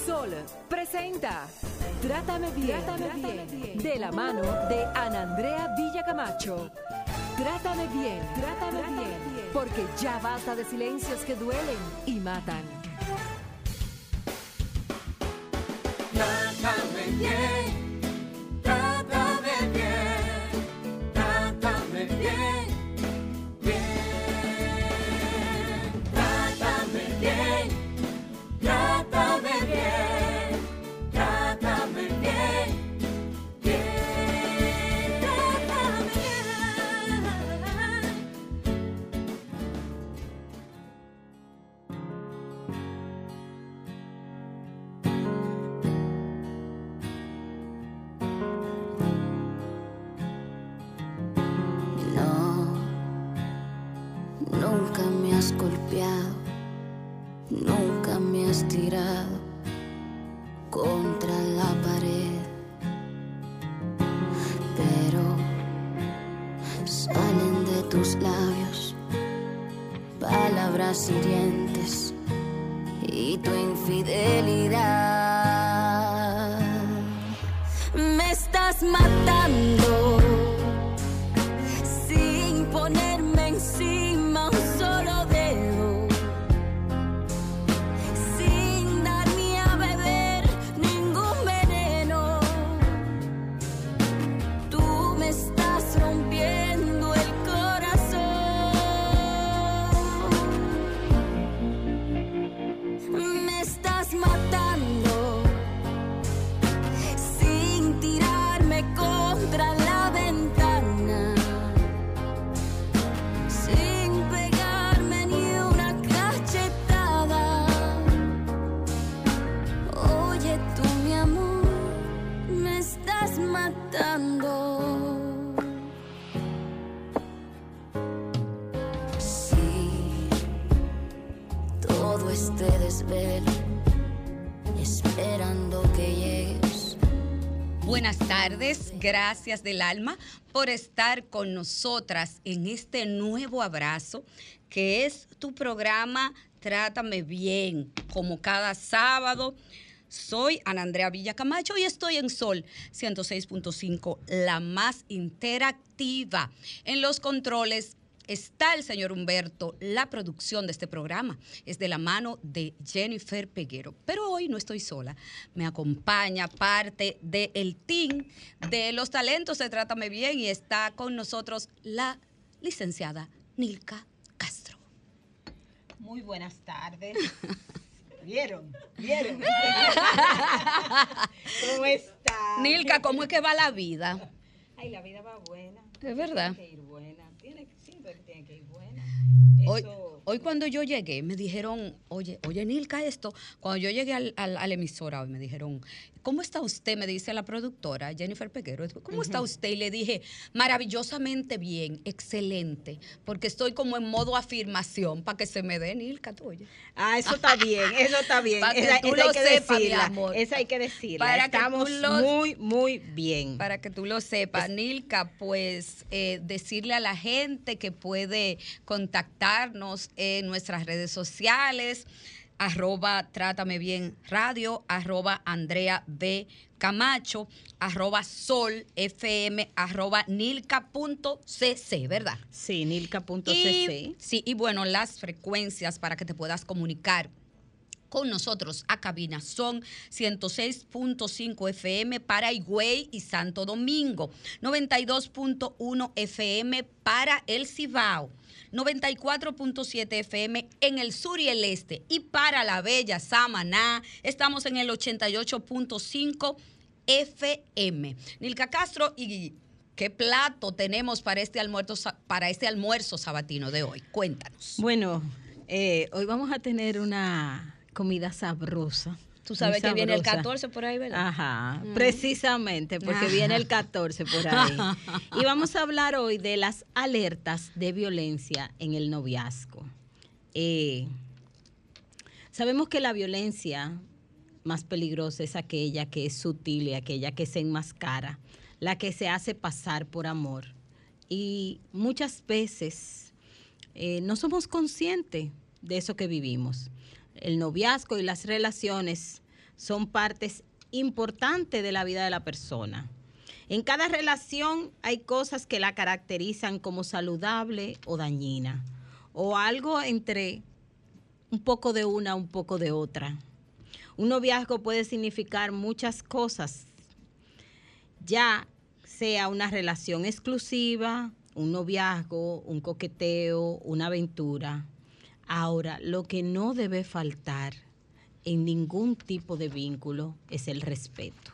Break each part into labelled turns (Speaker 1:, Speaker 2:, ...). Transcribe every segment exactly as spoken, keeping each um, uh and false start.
Speaker 1: Sol presenta Trátame Bien, Trátame bien, de la mano de Ana Andrea Villacamacho. Trátame bien, trátame, trátame bien, bien, porque ya basta de silencios que duelen y matan.
Speaker 2: Trátame bien, trátame bien, trátame bien, bien, trátame bien, trátame bien, trátame bien, bien, trátame
Speaker 3: Nunca me has golpeado, nunca me has tirado contra la pared, pero salen de tus labios palabras hirientes y tu infidelidad. Me estás matando sin ponerme encima un solo dedo, sin darme a beber ningún veneno. Tú me estás rompiendo el corazón, me estás matando sin tirarme contra la ventana, sin pegarme ni una cachetada. Oye tú, mi amor, me estás matando. Sí, todo este desvelo esperando que llegues.
Speaker 4: Buenas tardes, gracias del alma por estar con nosotras en este nuevo abrazo que es tu programa Trátame Bien, como cada sábado. Soy Ana Andrea Villacamacho y estoy en Sol ciento seis punto cinco, la más interactiva. En los controles está el señor Humberto. La producción de este programa es de la mano de Jennifer Peguero. Pero hoy no estoy sola. Me acompaña parte del team de los talentos de Trátame Bien y está con nosotros la licenciada Nilka Castro.
Speaker 5: Muy buenas tardes. ¿Vieron? ¿Vieron? ¿Cómo está?
Speaker 4: Nilka, ¿cómo es que va la vida?
Speaker 5: Ay, la vida va buena.
Speaker 4: Es verdad.
Speaker 5: Tiene que ir buena. Tiene, siempre tiene que ir buena.
Speaker 4: Hoy,
Speaker 5: Eso,
Speaker 4: hoy cuando yo llegué me dijeron, oye, oye Nilka, esto, cuando yo llegué al, al, a la emisora hoy me dijeron, ¿cómo está usted? Me dice la productora Jennifer Peguero, ¿cómo uh-huh. está usted? Y le dije, maravillosamente bien, excelente, porque estoy como en modo afirmación para que se me dé Nilka, tú oye.
Speaker 5: Ah, eso está bien, eso está bien.
Speaker 4: Para que
Speaker 5: esa,
Speaker 4: tú
Speaker 5: esa
Speaker 4: lo
Speaker 5: hay que
Speaker 4: sepas,
Speaker 5: decirla,
Speaker 4: mi amor.
Speaker 5: Esa hay que decirla.
Speaker 4: Para
Speaker 5: Estamos
Speaker 4: que tú lo,
Speaker 5: muy, muy bien.
Speaker 4: Para que tú lo sepas, es, Nilka, pues eh, decirle a la gente que puede contactarnos en nuestras redes sociales, arroba Trátame Bien Radio, arroba Andrea B. Camacho, arroba Sol F M, arroba Nilka punto c c, ¿verdad?
Speaker 5: Sí, Nilka punto c c.
Speaker 4: Sí, y bueno, las frecuencias para que te puedas comunicar con nosotros a cabina son ciento seis punto cinco F M para Higüey y Santo Domingo, noventa y dos punto uno F M para El Cibao, noventa y cuatro punto siete F M en el sur y el este, y para la bella Samaná estamos en el ochenta y ocho punto cinco F M. Nilka Castro, ¿y qué plato tenemos para este almuerzo, para este almuerzo sabatino de hoy? Cuéntanos.
Speaker 5: Bueno, eh, hoy vamos a tener una comida sabrosa.
Speaker 4: Tú sabes que viene el catorce por ahí, ¿verdad?
Speaker 5: Ajá, mm. precisamente porque viene el catorce por ahí. Y vamos a hablar hoy de las alertas de violencia en el noviazgo. Eh, sabemos que la violencia más peligrosa es aquella que es sutil y aquella que se enmascara, la que se hace pasar por amor. Y muchas veces eh, no somos conscientes de eso que vivimos. El noviazgo y las relaciones son partes importantes de la vida de la persona. En cada relación hay cosas que la caracterizan como saludable o dañina, o algo entre un poco de una, un poco de otra. Un noviazgo puede significar muchas cosas, ya sea una relación exclusiva, un noviazgo, un coqueteo, una aventura. Ahora, lo que no debe faltar en ningún tipo de vínculo es el respeto.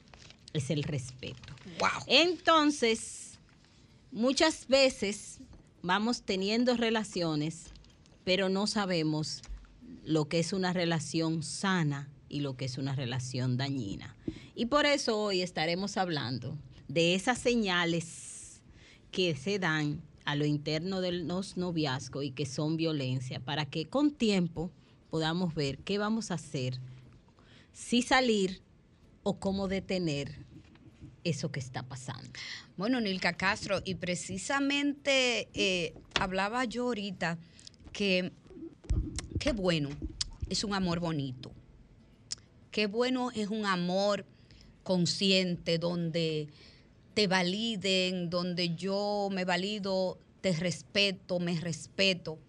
Speaker 5: Es el respeto.
Speaker 4: Wow.
Speaker 5: Entonces, muchas veces vamos teniendo relaciones, pero no sabemos lo que es una relación sana y lo que es una relación dañina. Y por eso hoy estaremos hablando de esas señales que se dan a lo interno de los noviazgos y que son violencia, para que con tiempo podamos ver qué vamos a hacer, si salir o cómo detener eso que está pasando.
Speaker 4: Bueno, Nilka Castro, y precisamente eh, hablaba yo ahorita que qué bueno es un amor bonito, qué bueno es un amor consciente, donde te validen, donde yo me valido, te respeto, me respeto.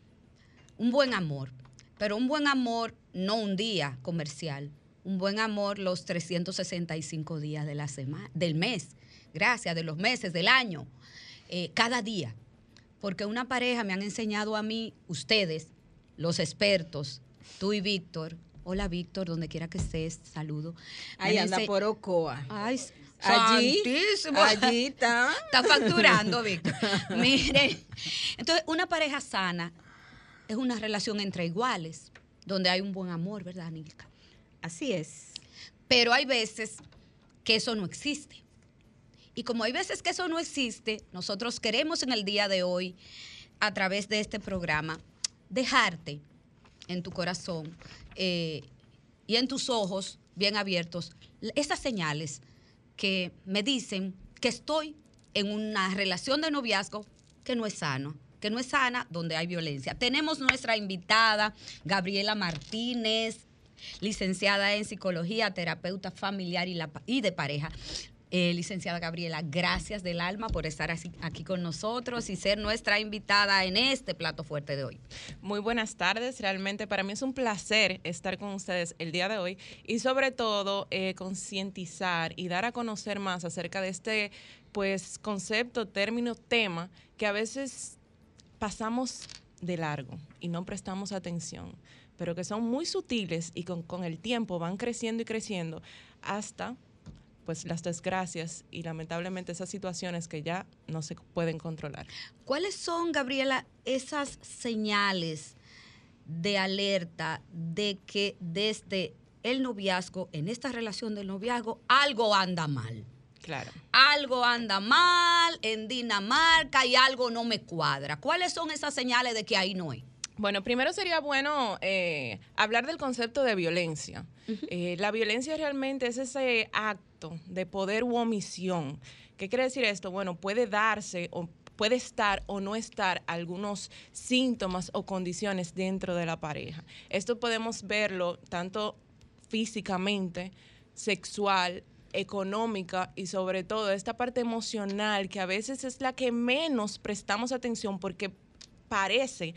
Speaker 4: Un buen amor, pero un buen amor no un día comercial, un buen amor los trescientos sesenta y cinco días de la semana, del mes, gracias, de los meses, del año, eh, cada día. Porque una pareja, me han enseñado a mí, ustedes, los expertos, tú y Víctor. Hola, Víctor, donde quiera que estés, saludo.
Speaker 5: Ahí
Speaker 4: Me
Speaker 5: anda
Speaker 4: ense-
Speaker 5: por Ocoa.
Speaker 4: Ay,
Speaker 5: Allí,
Speaker 4: santísimo.
Speaker 5: allí está.
Speaker 4: Está facturando, Víctor. Mire, entonces una pareja sana es una relación entre iguales, donde hay un buen amor, ¿verdad, Nilka?
Speaker 5: Así es.
Speaker 4: Pero hay veces que eso no existe. Y como hay veces que eso no existe, nosotros queremos en el día de hoy, a través de este programa, dejarte en tu corazón eh, y en tus ojos bien abiertos esas señales que me dicen que estoy en una relación de noviazgo que no es sano, que no es sana, donde hay violencia. Tenemos nuestra invitada, Gabriela Martínez, licenciada en psicología, terapeuta familiar y, la, y de pareja. Eh, licenciada Gabriela, gracias del alma por estar así, aquí con nosotros y ser nuestra invitada en este plato fuerte de hoy.
Speaker 6: Muy buenas tardes, realmente para mí es un placer estar con ustedes el día de hoy y sobre todo eh, concientizar y dar a conocer más acerca de este pues concepto, término, tema que a veces pasamos de largo y no prestamos atención, pero que son muy sutiles y con, con el tiempo van creciendo y creciendo hasta pues las desgracias y lamentablemente esas situaciones que ya no se pueden controlar.
Speaker 4: ¿Cuáles son, Gabriela, esas señales de alerta de que desde el noviazgo, en esta relación del noviazgo, algo anda mal?
Speaker 6: Claro.
Speaker 4: Algo anda mal en Dinamarca y algo no me cuadra. ¿Cuáles son esas señales de que ahí no es?
Speaker 6: Bueno, primero sería bueno eh, hablar del concepto de violencia. Uh-huh. Eh, la violencia realmente es ese acto de poder u omisión. ¿Qué quiere decir esto? Bueno, puede darse o puede estar o no estar algunos síntomas o condiciones dentro de la pareja. Esto podemos verlo tanto físicamente, sexual, económica y sobre todo esta parte emocional que a veces es la que menos prestamos atención porque parece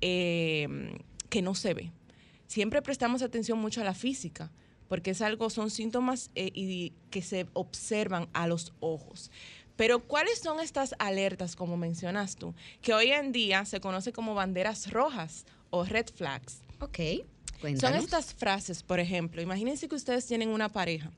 Speaker 6: eh, que no se ve. Siempre prestamos atención mucho a la física porque es algo, son síntomas eh, y que se observan a los ojos. Pero ¿cuáles son estas alertas, como mencionas tú, que hoy en día se conoce como banderas rojas o red flags?
Speaker 4: Ok,
Speaker 6: cuéntanos. Son estas frases, por ejemplo, imagínense que ustedes tienen una pareja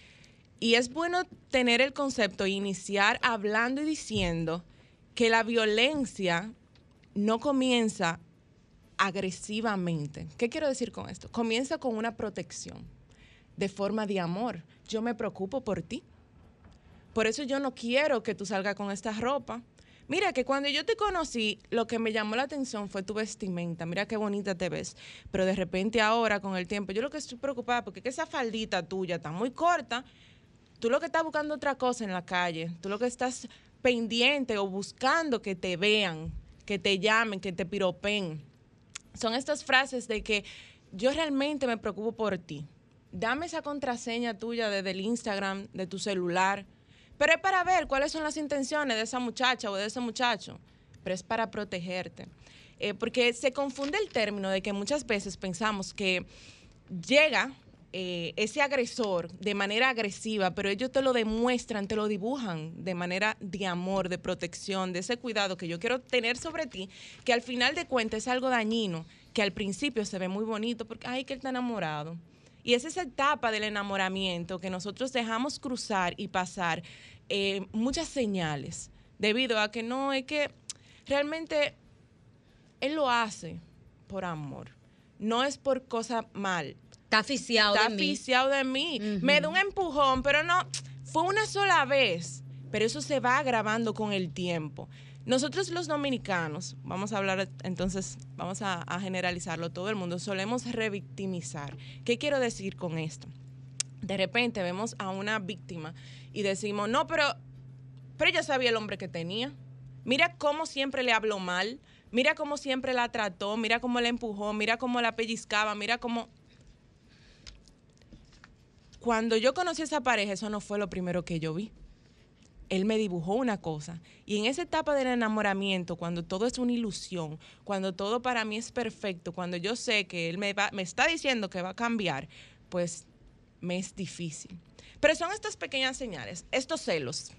Speaker 6: y es bueno tener el concepto e iniciar hablando y diciendo que la violencia no comienza agresivamente. ¿Qué quiero decir con esto? Comienza con una protección de forma de amor. Yo me preocupo por ti. Por eso yo no quiero que tú salgas con esta ropa. Mira que cuando yo te conocí, lo que me llamó la atención fue tu vestimenta. Mira qué bonita te ves. Pero de repente ahora, con el tiempo, yo lo que estoy preocupada porque es que esa faldita tuya está muy corta. Tú lo que estás buscando otra cosa en la calle. Tú lo que estás pendiente o buscando que te vean, que te llamen, que te piropen. Son estas frases de que yo realmente me preocupo por ti. dame esa contraseña tuya desde el Instagram, de tu celular. Pero es para ver cuáles son las intenciones de esa muchacha o de ese muchacho. Pero es para protegerte. Eh, porque se confunde el término de que muchas veces pensamos que llega eh, ese agresor de manera agresiva, pero ellos te lo demuestran, te lo dibujan de manera de amor, de protección, de ese cuidado que yo quiero tener sobre ti, que al final de cuentas es algo dañino, que al principio se ve muy bonito porque, ay, que él está enamorado. Y es esa etapa del enamoramiento que nosotros dejamos cruzar y pasar eh, muchas señales, debido a que no, es que realmente él lo hace por amor, no es por cosa mal.
Speaker 4: Está aficiado
Speaker 6: Está
Speaker 4: de mí.
Speaker 6: aficiado de mí.
Speaker 4: Ujú.
Speaker 6: Me da un empujón, pero no, fue una sola vez. Pero eso se va agravando con el tiempo. Nosotros los dominicanos, vamos a hablar entonces, vamos a, a generalizarlo, todo el mundo, solemos revictimizar. ¿Qué quiero decir con esto? De repente vemos a una víctima y decimos, no, pero, pero ella sabía el hombre que tenía. Mira cómo siempre le habló mal, mira cómo siempre la trató, mira cómo la empujó, mira cómo la pellizcaba, mira cómo... Cuando yo conocí a esa pareja, eso no fue lo primero que yo vi. Él me dibujó una cosa. Y en esa etapa del enamoramiento, cuando todo es una ilusión, cuando todo para mí es perfecto, cuando yo sé que él me, va, me está diciendo que va a cambiar, pues me es difícil. Pero son estas pequeñas señales, estos celos.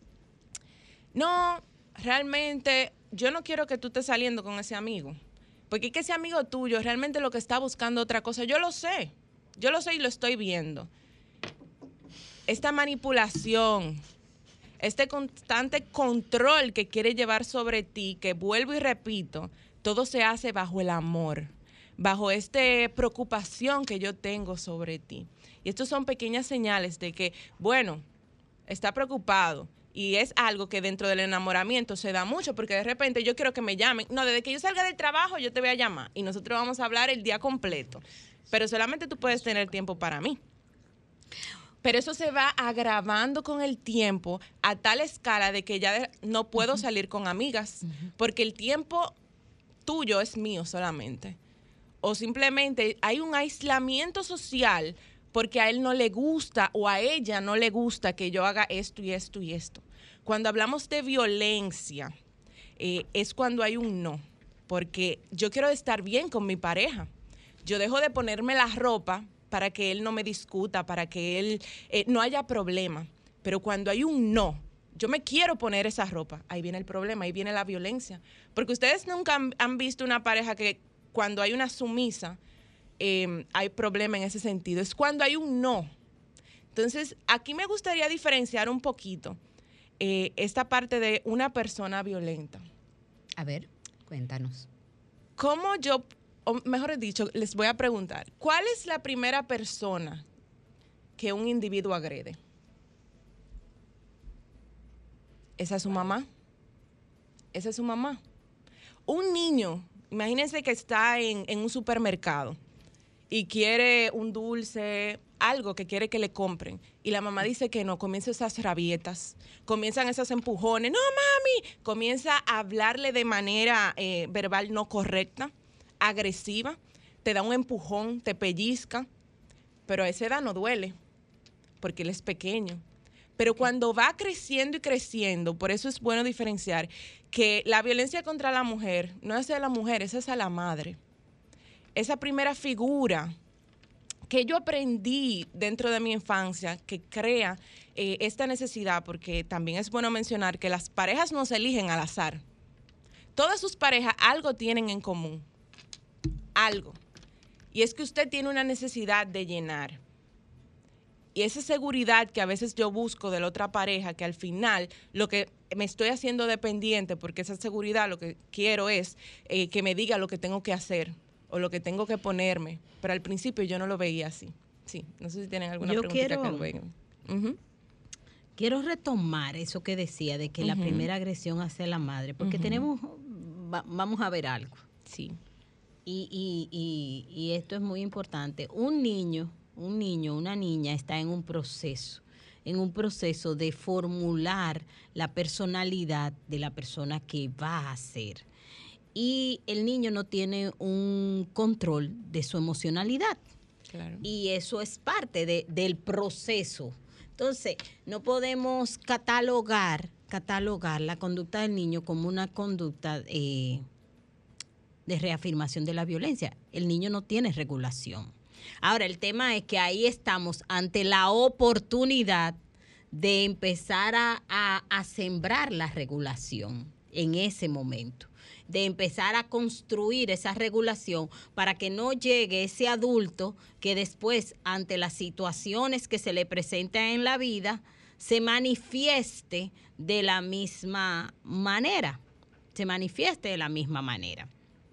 Speaker 6: No, realmente yo no quiero que tú estés saliendo con ese amigo. Porque es que ese amigo tuyo realmente lo que está buscando otra cosa. Yo lo sé. Yo lo sé y lo estoy viendo. Esta manipulación, este constante control que quiere llevar sobre ti, que vuelvo y repito, todo se hace bajo el amor, bajo esta preocupación que yo tengo sobre ti. Y estos son pequeñas señales de que, bueno, está preocupado. Y es algo que dentro del enamoramiento se da mucho, porque de repente yo quiero que me llamen. No, desde que yo salga del trabajo yo te voy a llamar y nosotros vamos a hablar el día completo. Pero solamente tú puedes tener tiempo para mí. Pero eso se va agravando con el tiempo a tal escala de que ya de, no puedo uh-huh. salir con amigas, uh-huh. porque el tiempo tuyo es mío solamente. O simplemente hay un aislamiento social porque a él no le gusta o a ella no le gusta que yo haga esto y esto y esto. Cuando hablamos de violencia, eh, es cuando hay un no, porque yo quiero estar bien con mi pareja. Yo dejo de ponerme la ropa para que él no me discuta, para que él eh, no haya problema. Pero cuando hay un no, yo me quiero poner esa ropa, ahí viene el problema, ahí viene la violencia. Porque ustedes nunca han, han visto una pareja que cuando hay una sumisa, eh, hay problema en ese sentido. Es cuando hay un no. Entonces, aquí me gustaría diferenciar un poquito eh, esta parte de una persona violenta.
Speaker 4: A ver, cuéntanos.
Speaker 6: ¿Cómo yo... o mejor dicho, les voy a preguntar, ¿cuál es la primera persona que un individuo agrede? ¿Esa es su mamá? ¿Esa es su mamá? Un niño, imagínense que está en, en un supermercado y quiere un dulce, algo que quiere que le compren, y la mamá dice que no, comienza esas rabietas, comienzan esos empujones, no mami, comienza a hablarle de manera eh, verbal no correcta, agresiva, te da un empujón, te pellizca, pero a esa edad no duele, porque él es pequeño. Pero cuando va creciendo y creciendo, por eso es bueno diferenciar que la violencia contra la mujer no es a la mujer, es a la madre. Esa primera figura que yo aprendí dentro de mi infancia, que crea eh, esta necesidad, porque también es bueno mencionar que las parejas no se eligen al azar. Todas sus parejas algo tienen en común. Algo. Y es que usted tiene una necesidad de llenar. Y esa seguridad que a veces yo busco de la otra pareja, que al final lo que me estoy haciendo dependiente, porque esa seguridad lo que quiero es eh, que me diga lo que tengo que hacer o lo que tengo que ponerme. Pero al principio yo no lo veía así. Sí, no sé si tienen alguna
Speaker 5: yo
Speaker 6: preguntita
Speaker 5: quiero,
Speaker 6: que lo vengan. Uh-huh.
Speaker 5: Quiero retomar eso que decía de que uh-huh. la primera agresión hacia la madre, porque uh-huh. tenemos, va, vamos a ver algo.
Speaker 6: Sí.
Speaker 5: Y, y, y, y esto es muy importante. Un niño, un niño, una niña está en un proceso, en un proceso de formular la personalidad de la persona que va a ser. Y el niño no tiene un control de su emocionalidad.
Speaker 6: Claro.
Speaker 5: Y eso es parte de, del proceso. Entonces, no podemos catalogar, catalogar la conducta del niño como una conducta eh, de reafirmación de la violencia. El niño no tiene regulación. Ahora, el tema es que ahí estamos ante la oportunidad de empezar a, a, a sembrar la regulación en ese momento, de empezar a construir esa regulación para que no llegue ese adulto que después, ante las situaciones que se le presentan en la vida, se manifieste de la misma manera, se manifieste de la misma manera.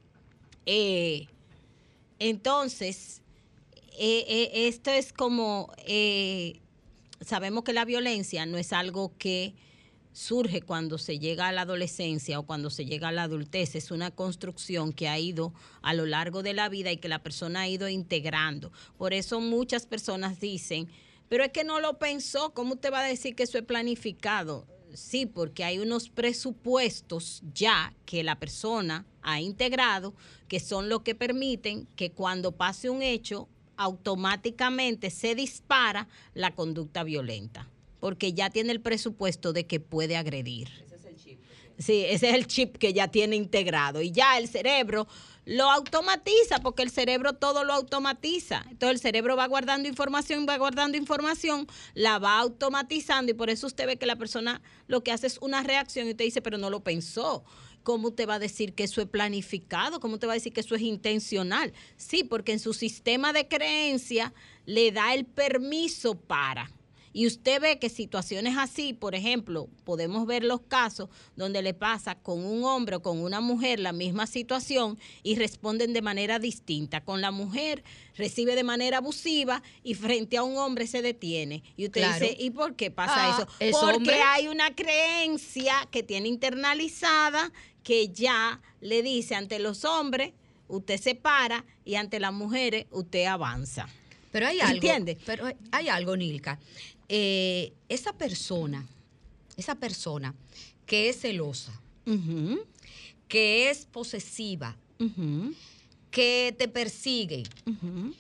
Speaker 5: Eh, entonces, eh, eh, esto es como, eh, sabemos que la violencia no es algo que surge cuando se llega a la adolescencia o cuando se llega a la adultez, es una construcción que ha ido a lo largo de la vida y que la persona ha ido integrando. Por eso muchas personas dicen, pero es que no lo pensó, ¿cómo usted va a decir que eso es planificado? Sí, porque hay unos presupuestos ya que la persona ha integrado, que son los que permiten que cuando pase un hecho, automáticamente se dispara la conducta violenta, porque ya tiene el presupuesto de que puede agredir. Ese es el chip. Sí, ese es el chip que ya tiene integrado y ya el cerebro lo automatiza, porque el cerebro todo lo automatiza. Entonces el cerebro va guardando información, va guardando información, la va automatizando y por eso usted ve que la persona lo que hace es una reacción y usted dice, pero no lo pensó. ¿Cómo usted va a decir que eso es planificado? ¿Cómo usted va a decir que eso es intencional? Sí, porque en su sistema de creencia le da el permiso para. Y usted ve que situaciones así, por ejemplo, podemos ver los casos donde le pasa con un hombre o con una mujer la misma situación y responden de manera distinta. Con la mujer recibe de manera abusiva y frente a un hombre se detiene. Y usted
Speaker 4: Claro.
Speaker 5: dice, ¿y por qué pasa
Speaker 4: Ah,
Speaker 5: eso?
Speaker 4: ¿es
Speaker 5: Porque
Speaker 4: hombre?
Speaker 5: hay una creencia que tiene internalizada que ya le dice ante los hombres, usted se para y ante las mujeres usted avanza.
Speaker 4: Pero hay algo,
Speaker 5: ¿Entiende?
Speaker 4: pero hay- hay algo, Nilka. Eh, esa persona, esa persona que es celosa,
Speaker 5: Ujú,
Speaker 4: que es posesiva,
Speaker 5: ujú,
Speaker 4: que te persigue,
Speaker 5: ujú.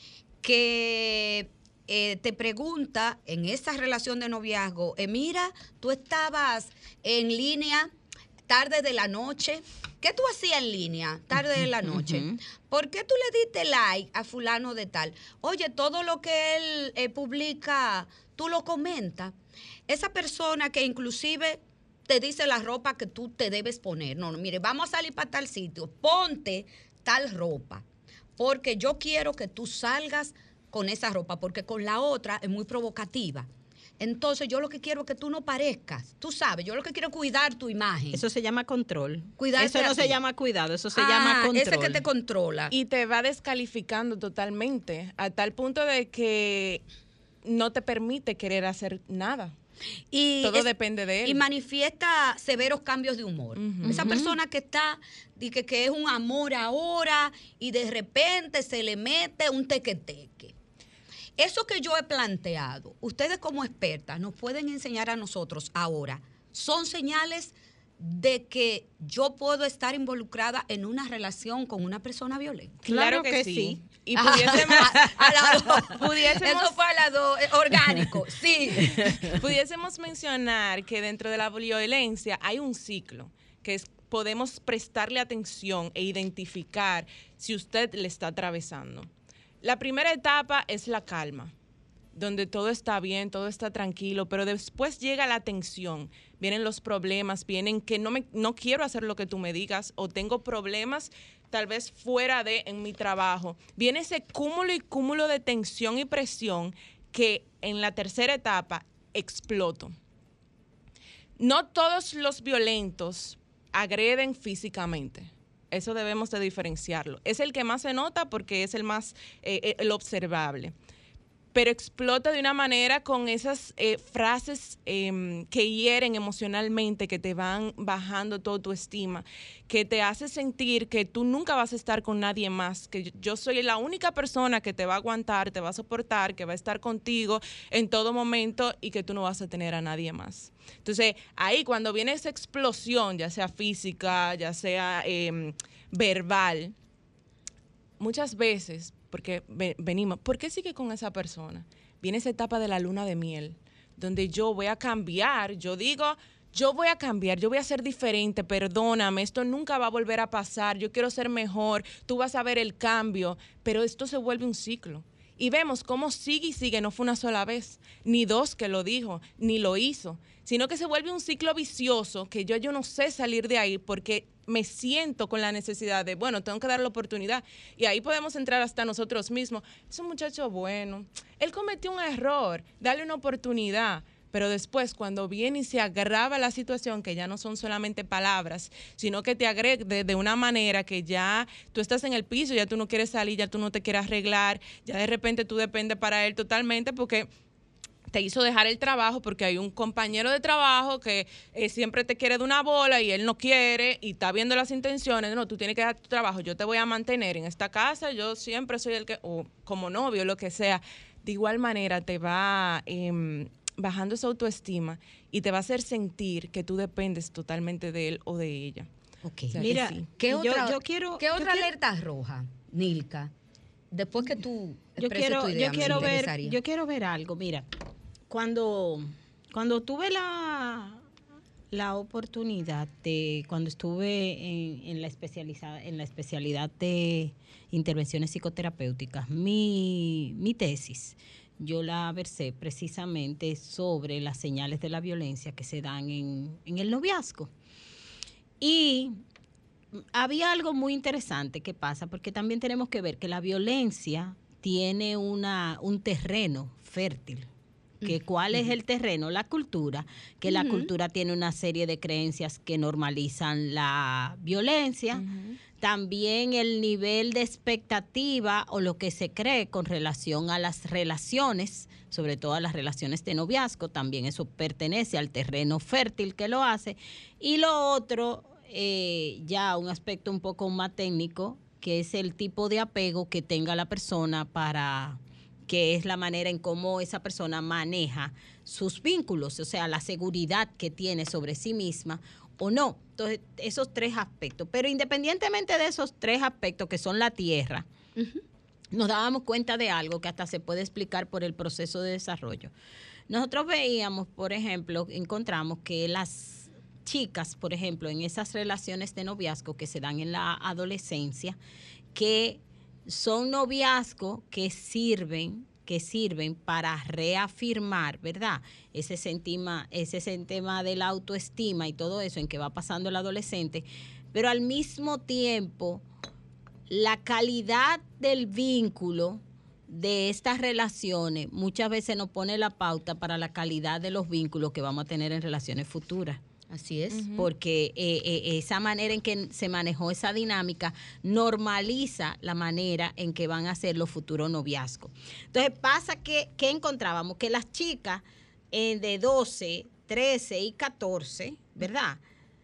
Speaker 4: que eh, te pregunta en esa relación de noviazgo, eh, mira, tú estabas en línea tarde de la noche. ¿Qué tú hacías en línea tarde de la noche?
Speaker 5: Ujú.
Speaker 4: ¿Por qué tú le diste like a fulano de tal? Oye, todo lo que él eh, publica, tú lo comentas. Esa persona que inclusive te dice la ropa que tú te debes poner. No, no, mire, vamos a salir para tal sitio. Ponte tal ropa. Porque yo quiero que tú salgas con esa ropa, porque con la otra es muy provocativa. Entonces yo lo que quiero es que tú no parezcas. Tú sabes, yo lo que quiero es cuidar tu imagen.
Speaker 5: Eso se llama control.
Speaker 4: Cuidarte
Speaker 5: Eso no
Speaker 4: a
Speaker 5: se
Speaker 4: ti.
Speaker 5: llama cuidado, eso se
Speaker 4: Ah,
Speaker 5: llama control.
Speaker 4: ese que te controla.
Speaker 6: Y te va descalificando totalmente, a tal punto de que no te permite querer hacer nada.
Speaker 4: Y
Speaker 6: Todo depende de él.
Speaker 4: Y manifiesta severos cambios de humor.
Speaker 6: Ujú.
Speaker 4: Esa persona que está, y que, que es un amor ahora, y de repente se le mete un tequeteque. Eso que yo he planteado, ustedes como expertas nos pueden enseñar a nosotros ahora, son señales de que yo puedo estar involucrada en una relación con una persona violenta.
Speaker 6: Claro,
Speaker 5: Claro
Speaker 6: que,
Speaker 5: que
Speaker 6: sí.
Speaker 5: sí.
Speaker 6: Y pudiésemos,
Speaker 4: A la dos.
Speaker 6: pudiésemos-
Speaker 4: Eso fue a las dos, eh, orgánico, sí.
Speaker 6: pudiésemos mencionar que dentro de la violencia hay un ciclo que es, podemos prestarle atención e identificar si usted le está atravesando. La primera etapa es la calma, donde todo está bien, todo está tranquilo, pero después llega la tensión, vienen los problemas, vienen que no, me, no quiero hacer lo que tú me digas o tengo problemas tal vez fuera de en mi trabajo. Viene ese cúmulo y cúmulo de tensión y presión que en la tercera etapa exploto. No todos los violentos agreden físicamente. Eso debemos de diferenciarlo. Es el que más se nota porque es el más eh, el observable. Pero explota de una manera con esas eh, frases eh, que hieren emocionalmente, que te van bajando toda tu estima, que te hace sentir que tú nunca vas a estar con nadie más, que yo soy la única persona que te va a aguantar, te va a soportar, que va a estar contigo en todo momento y que tú no vas a tener a nadie más. Entonces, ahí cuando viene esa explosión, ya sea física, ya sea eh, verbal, muchas veces porque ve- venimos, ¿por qué sigue con esa persona? Viene esa etapa de la luna de miel, donde yo voy a cambiar, yo digo, yo voy a cambiar, yo voy a ser diferente, perdóname, esto nunca va a volver a pasar, yo quiero ser mejor, tú vas a ver el cambio, pero esto se vuelve un ciclo. Y vemos cómo sigue y sigue, no fue una sola vez, ni dos que lo dijo, ni lo hizo, sino que se vuelve un ciclo vicioso que yo, yo no sé salir de ahí porque me siento con la necesidad de, bueno, tengo que dar la oportunidad. Y ahí podemos entrar hasta nosotros mismos. Es un muchacho bueno, él cometió un error, dale una oportunidad. Pero después, cuando viene y se agrava la situación, que ya no son solamente palabras, sino que te agrega de, de una manera que ya tú estás en el piso, ya tú no quieres salir, ya tú no te quieres arreglar, ya de repente tú dependes para él totalmente porque te hizo dejar el trabajo porque hay un compañero de trabajo que eh, siempre te quiere de una bola y él no quiere y está viendo las intenciones. No, tú tienes que dejar tu trabajo, yo te voy a mantener en esta casa, yo siempre soy el que, o como novio, lo que sea. De igual manera te va eh, bajando esa autoestima y te va a hacer sentir que tú dependes totalmente de él o de ella.
Speaker 4: Ok.
Speaker 6: O sea,
Speaker 5: Mira,
Speaker 6: que sí.
Speaker 4: ¿Qué
Speaker 5: yo-
Speaker 4: otra,
Speaker 5: yo quiero-
Speaker 4: ¿qué
Speaker 5: yo
Speaker 4: otra
Speaker 5: quiero-
Speaker 4: alerta roja, Nilka? Después que tú
Speaker 5: yo
Speaker 4: expreses
Speaker 5: quiero,
Speaker 4: tu idea,
Speaker 5: yo
Speaker 4: me
Speaker 5: quiero ver,
Speaker 4: interesaría.
Speaker 5: yo quiero ver algo. Mira, cuando, cuando tuve la, la oportunidad de, cuando estuve en, en la especializada, en la especialidad de intervenciones psicoterapéuticas, mi, mi tesis, yo la versé precisamente sobre las señales de la violencia que se dan en, en el noviazgo. Y había algo muy interesante que pasa, porque también tenemos que ver que la violencia tiene una, un terreno fértil. Que ¿Cuál es el terreno? La cultura, que la cultura tiene una serie de creencias que normalizan la violencia. También el nivel de expectativa o lo que se cree con relación a las relaciones, sobre todo a las relaciones de noviazgo, también eso pertenece al terreno fértil que lo hace. Y lo otro, eh, ya un aspecto un poco más técnico, que es el tipo de apego que tenga la persona para, que es la manera en cómo esa persona maneja sus vínculos, o sea, la seguridad que tiene sobre sí misma o no. Entonces, esos tres aspectos. Pero independientemente de esos tres aspectos que son la tierra, uh-huh. nos dábamos cuenta de algo que hasta se puede explicar por el proceso de desarrollo. Nosotros veíamos, por ejemplo, encontramos que las chicas, por ejemplo, en esas relaciones de noviazgo que se dan en la adolescencia, que son noviazgos que sirven, que sirven para reafirmar, ¿verdad? Ese sentima, ese tema de la autoestima y todo eso en que va pasando el adolescente, pero al mismo tiempo la calidad del vínculo de estas relaciones muchas veces nos pone la pauta para la calidad de los vínculos que vamos a tener en relaciones futuras.
Speaker 4: Así es.
Speaker 5: Uh-huh. Porque eh, eh, esa manera en que se manejó esa dinámica normaliza la manera en que van a ser los futuros noviazgos. Entonces pasa que, que encontrábamos que las chicas eh, de doce, trece y catorce, ¿verdad?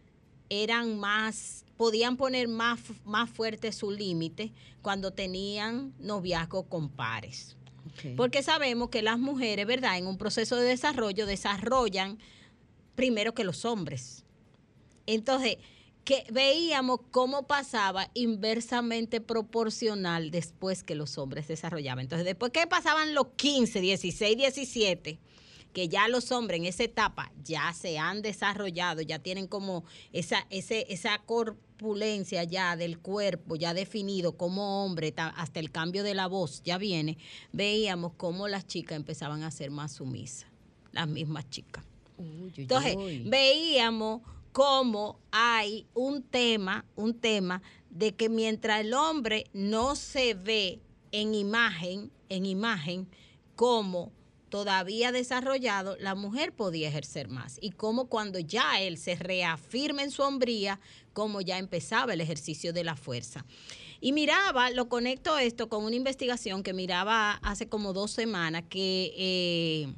Speaker 5: Eran más, podían poner más, más fuerte su límite cuando tenían noviazgo con pares. Okay. Porque sabemos que las mujeres, ¿verdad? En un proceso de desarrollo desarrollan primero que los hombres. Entonces, que veíamos cómo pasaba inversamente proporcional después que los hombres desarrollaban. Entonces, después que pasaban los quince, dieciséis, diecisiete, que ya los hombres en esa etapa ya se han desarrollado, ya tienen como esa, ese, esa corpulencia ya del cuerpo, ya definido como hombre, hasta el cambio de la voz ya viene, veíamos cómo las chicas empezaban a ser más sumisas, las mismas chicas. Uy, uy, Entonces, uy. veíamos cómo hay un tema, un tema de que mientras el hombre no se ve en imagen, en imagen, como todavía desarrollado, la mujer podía ejercer más. Y como cuando ya él se reafirma en su hombría, como ya empezaba el ejercicio de la fuerza. Y miraba, lo conecto esto con una investigación que miraba hace como dos semanas, que eh,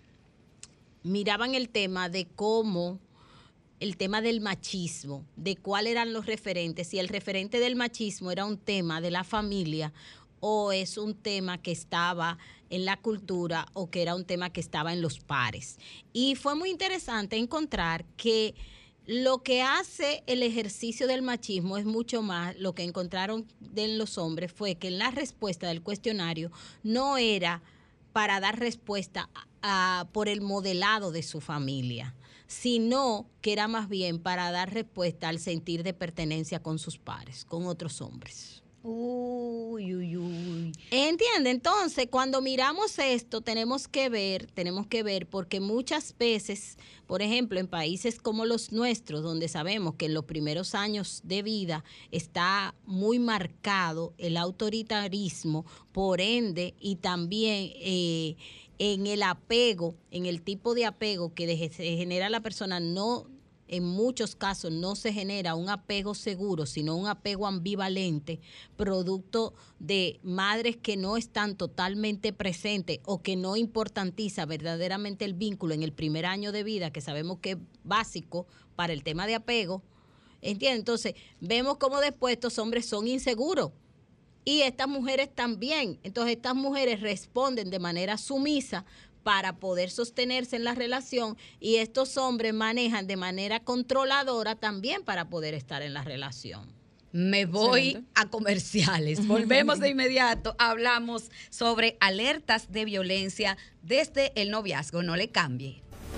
Speaker 5: miraban el tema de cómo, el tema del machismo, de cuáles eran los referentes, si el referente del machismo era un tema de la familia o es un tema que estaba en la cultura o que era un tema que estaba en los pares. Y fue muy interesante encontrar que lo que hace el ejercicio del machismo es mucho más, lo que encontraron en los hombres fue que en la respuesta del cuestionario no era para dar respuesta a, a, por el modelado de su familia, sino que era más bien para dar respuesta al sentir de pertenencia con sus pares, con otros hombres.
Speaker 4: Uy, uy, uy.
Speaker 5: ¿Entiende? Entonces, cuando miramos esto, tenemos que ver, tenemos que ver, porque muchas veces, por ejemplo, en países como los nuestros, donde sabemos que en los primeros años de vida está muy marcado el autoritarismo, por ende, y también eh, en el apego, en el tipo de apego que de, se genera la persona, no en muchos casos no se genera un apego seguro, sino un apego ambivalente, producto de madres que no están totalmente presentes o que no importantiza verdaderamente el vínculo en el primer año de vida, que sabemos que es básico para el tema de apego. ¿Entiendes? Entonces, vemos cómo después estos hombres son inseguros y estas mujeres también. Entonces, estas mujeres responden de manera sumisa para poder sostenerse en la relación, y estos hombres manejan de manera controladora también para poder estar en la relación.
Speaker 4: Me voy
Speaker 6: Excelente.
Speaker 4: a comerciales. Volvemos de inmediato. Hablamos sobre alertas de violencia desde el noviazgo. No le cambie.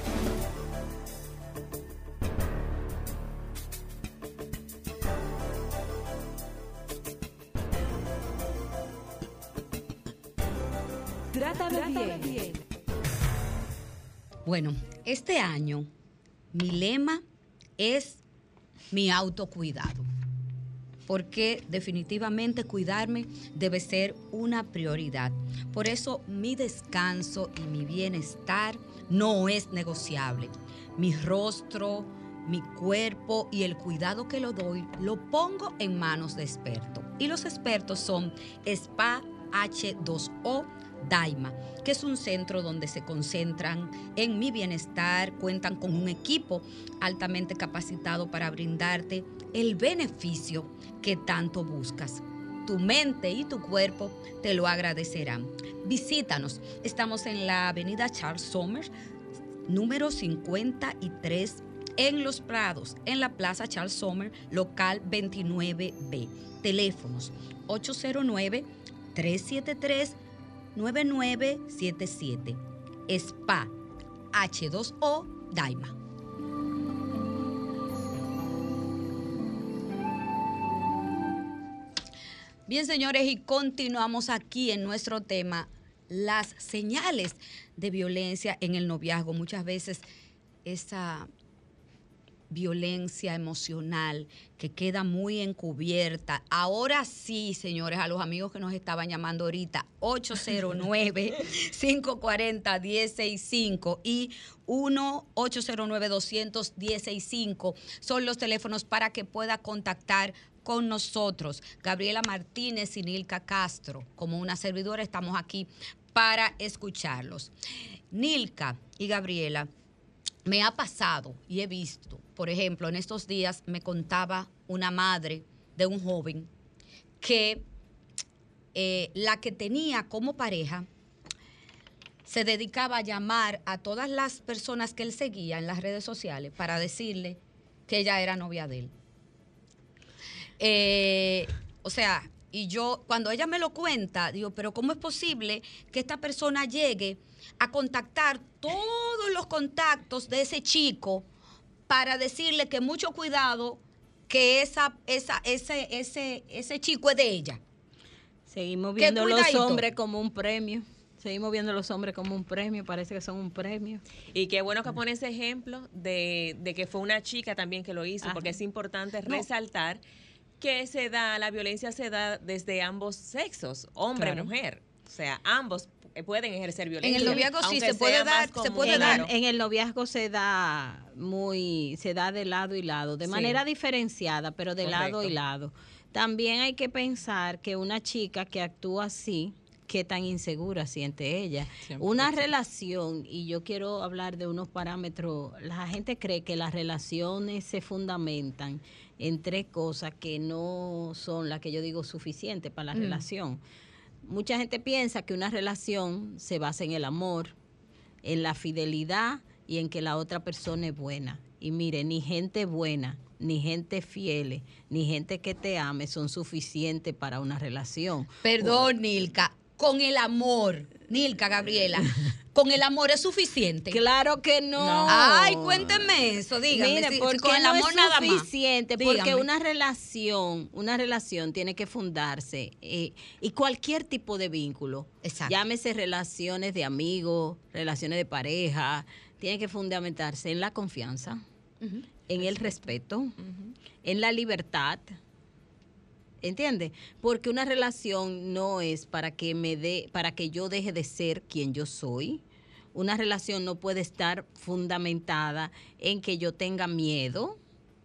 Speaker 1: Trátame bien.
Speaker 4: Bueno, este año mi lema es mi autocuidado, porque definitivamente cuidarme debe ser una prioridad. Por eso mi descanso y mi bienestar no es negociable. Mi rostro, mi cuerpo y el cuidado que lo doy lo pongo en manos de expertos. Y los expertos son Spa H dos O Daima, que es un centro donde se concentran en mi bienestar, cuentan con un equipo altamente capacitado para brindarte el beneficio que tanto buscas. Tu mente y tu cuerpo te lo agradecerán. Visítanos. Estamos en la avenida Charles Somers, número cincuenta y tres, en Los Prados, en la Plaza Charles Somers, local veintinueve B. Teléfonos ocho cero nueve, tres siete tres, nueve nueve siete siete. Spa H dos O Daima. Bien, señores, y continuamos aquí en nuestro tema, las señales de violencia en el noviazgo. Muchas veces esa violencia emocional que queda muy encubierta. Ahora sí, señores, a los amigos que nos estaban llamando ahorita, ocho cero nueve, cinco cuatro cero, uno cero seis cinco y uno ocho cero nueve, dos uno cero, uno cero seis cinco son los teléfonos para que pueda contactar con nosotros. Gabriela Martínez y Nilka Castro, como una servidora, estamos aquí para escucharlos. Nilka y Gabriela, me ha pasado y he visto, por ejemplo, en estos días me contaba una madre de un joven que eh, la que tenía como pareja se dedicaba a llamar a todas las personas que él seguía en las redes sociales para decirle que ella era novia de él. Eh, o sea, y yo, cuando ella me lo cuenta, digo, pero ¿cómo es posible que esta persona llegue a contactar todos los contactos de ese chico para decirle que mucho cuidado, que esa, esa, ese, ese, ese chico es de ella?
Speaker 5: Seguimos viendo a los
Speaker 4: cuidadito.
Speaker 5: hombres como un premio. Seguimos viendo a los hombres como un premio, parece que son un premio.
Speaker 6: Y qué bueno que pone ese ejemplo de, de que fue una chica también que lo hizo,
Speaker 5: Ajá.
Speaker 6: porque es importante
Speaker 4: No.
Speaker 6: resaltar que se da, la violencia se da desde ambos sexos, hombre,
Speaker 4: Claro.
Speaker 6: mujer. O sea, ambos pueden ejercer violencia.
Speaker 4: En el noviazgo sí
Speaker 6: aunque
Speaker 4: se puede
Speaker 6: sea
Speaker 4: dar,
Speaker 6: más
Speaker 4: se
Speaker 6: común.
Speaker 4: puede
Speaker 5: En,
Speaker 4: dar.
Speaker 5: el, en el noviazgo se da muy, se da de lado y lado, de
Speaker 6: Sí.
Speaker 5: manera diferenciada, pero de lado y
Speaker 6: Correcto.
Speaker 5: lado. También hay que pensar que una chica que actúa así, qué tan insegura siente ella.
Speaker 6: Siempre,
Speaker 5: Una
Speaker 6: sí.
Speaker 5: relación, y yo quiero hablar de unos parámetros, la gente cree que las relaciones se fundamentan en tres cosas que no son las que yo digo suficientes para la
Speaker 4: Mm.
Speaker 5: relación. Mucha gente piensa que una relación se basa en el amor, en la fidelidad y en que la otra persona es buena. Y mire, ni gente buena, ni gente fiel, ni gente que te ame son suficientes para una relación.
Speaker 4: Perdón, Nilka, con el amor, Nilka, Gabriela, con el amor es suficiente.
Speaker 5: Claro que no.
Speaker 6: No.
Speaker 4: Ay, cuénteme eso, dígame.
Speaker 5: Mire,
Speaker 4: si- si
Speaker 5: porque
Speaker 4: con el
Speaker 5: no
Speaker 4: amor
Speaker 5: es
Speaker 4: nada más.
Speaker 5: suficiente, porque
Speaker 4: Dígame.
Speaker 5: una relación, una relación tiene que fundarse eh, y cualquier tipo de vínculo,
Speaker 4: Exacto.
Speaker 5: llámese relaciones de amigos, relaciones de pareja, tiene que fundamentarse en la confianza,
Speaker 4: Ujú.
Speaker 5: en el respeto, en la libertad. ¿Entiende? Porque una relación no es para que me dé, para que yo deje de ser quien yo soy. Una relación no puede estar fundamentada en que yo tenga miedo.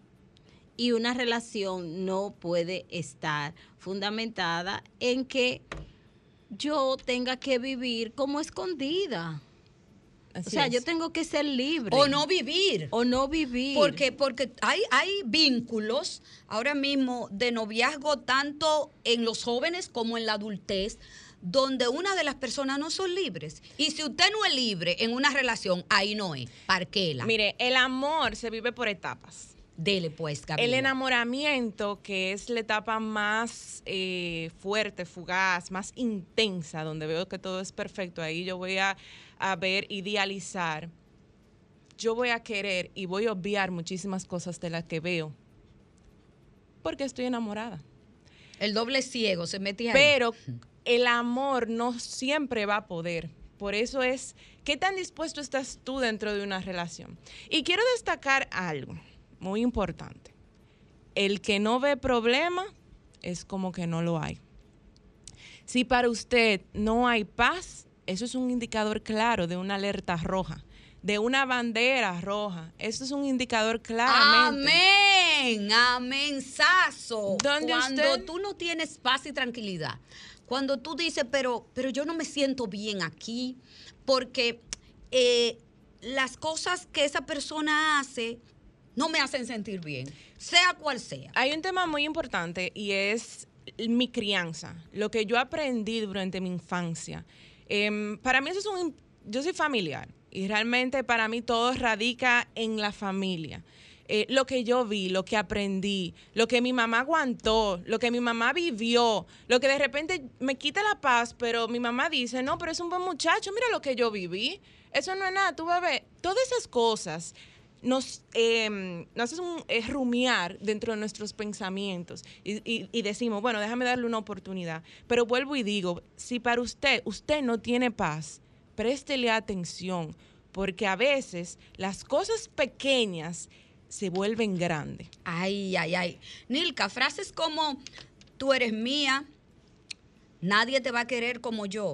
Speaker 5: Y una relación no puede estar fundamentada en que yo tenga que vivir como escondida.
Speaker 6: Así
Speaker 5: o sea,
Speaker 6: es.
Speaker 5: yo tengo que ser libre.
Speaker 4: O no vivir.
Speaker 5: O no vivir.
Speaker 4: Porque, porque hay, hay vínculos ahora mismo de noviazgo tanto en los jóvenes como en la adultez, donde una de las personas no son libres. Y si usted no es libre en una relación, ahí no es. Parquela.
Speaker 6: Mire, el amor se vive por etapas.
Speaker 4: Dele pues, Gabriela.
Speaker 6: El enamoramiento, que es la etapa más eh, fuerte, fugaz, más intensa, donde veo que todo es perfecto, ahí yo voy a, a ver, idealizar. Yo voy a querer y voy a obviar muchísimas cosas de las que veo, porque estoy enamorada.
Speaker 4: El doble ciego se mete ahí.
Speaker 6: Pero el amor no siempre va a poder. Por eso es, ¿qué tan dispuesto estás tú dentro de una relación? Y quiero destacar algo muy importante. El que no ve problema es como que no lo hay. Si para usted no hay paz, eso es un indicador claro de una alerta roja, de una bandera roja. Eso es un indicador claramente.
Speaker 4: Amén, amensazo.
Speaker 6: ¿Dónde
Speaker 4: Cuando
Speaker 6: usted?
Speaker 4: tú no tienes paz y tranquilidad, cuando tú dices, pero, pero yo no me siento bien aquí, porque eh, las cosas que esa persona hace no me hacen sentir bien, sea cual sea.
Speaker 6: Hay un tema muy importante y es mi crianza, lo que yo aprendí durante mi infancia. Em, para mí eso es un... Yo soy familiar y realmente para mí todo radica en la familia. Eh, lo que yo vi, lo que aprendí, lo que mi mamá aguantó, lo que mi mamá vivió, lo que de repente me quita la paz, pero mi mamá dice, no, pero es un buen muchacho, mira lo que yo viví. Eso no es nada, tú vas a ver. Todas esas cosas nos, eh, nos hacen un, eh, rumiar dentro de nuestros pensamientos y, y, y decimos, bueno, déjame darle una oportunidad. Pero vuelvo y digo, si para usted, usted no tiene paz, préstele atención, porque a veces las cosas pequeñas se vuelven grandes.
Speaker 4: Ay, ay, ay. Nilka, frases como, tú eres mía, nadie te va a querer como yo.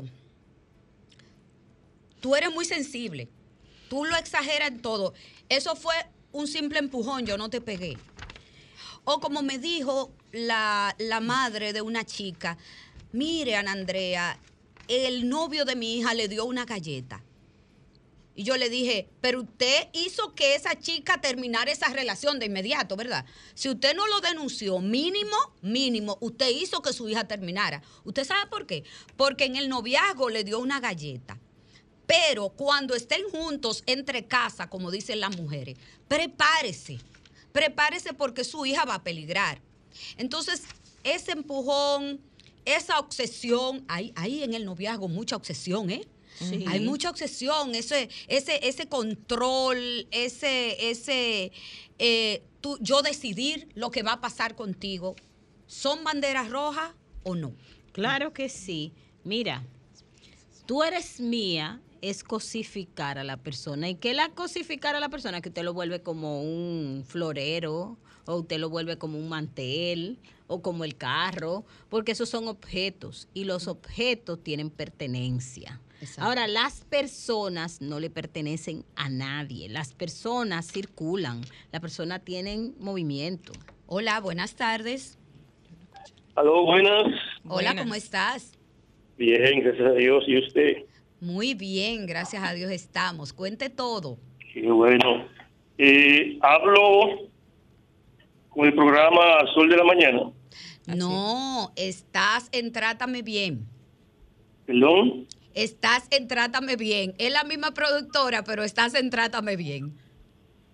Speaker 4: Tú eres muy sensible, tú lo exageras en todo. Eso fue un simple empujón, yo no te pegué. O como me dijo la, la madre de una chica, mire, Ana Andrea, el novio de mi hija le dio una galleta. Y yo le dije, pero usted hizo que esa chica terminara esa relación de inmediato, ¿verdad? Si usted no lo denunció, mínimo, mínimo, usted hizo que su hija terminara. ¿Usted sabe por qué? Porque en el noviazgo le dio una galleta. Pero cuando estén juntos entre casa, como dicen las mujeres, prepárese, prepárese porque su hija va a peligrar. Entonces, ese empujón, esa obsesión, hay, hay en el noviazgo mucha obsesión, ¿eh?
Speaker 5: Sí.
Speaker 4: Hay mucha obsesión, ese, ese, ese control, ese, ese, eh, tú, yo decidir lo que va a pasar contigo. ¿Son banderas rojas o no?
Speaker 5: Claro que sí. Mira, tú eres mía es cosificar a la persona. ¿Y qué es la cosificar a la persona? Que usted lo vuelve como un florero, o usted lo vuelve como un mantel, o como el carro, porque esos son objetos, y los objetos tienen pertenencia.
Speaker 4: Exacto.
Speaker 5: Ahora, las personas no le pertenecen a nadie. Las personas circulan, las personas tienen movimiento.
Speaker 4: Hola, buenas tardes.
Speaker 7: Aló, buenas.
Speaker 4: Hola,
Speaker 6: Buenas.
Speaker 4: ¿cómo estás?
Speaker 7: Bien, gracias a Dios. ¿Y usted?
Speaker 4: Muy bien, gracias a Dios estamos. Cuente todo.
Speaker 7: Qué bueno. Eh, hablo con el programa Sol de la Mañana.
Speaker 4: No, estás en Trátame Bien.
Speaker 7: ¿Perdón?
Speaker 4: Estás en Trátame Bien. Es la misma productora, pero estás en Trátame Bien.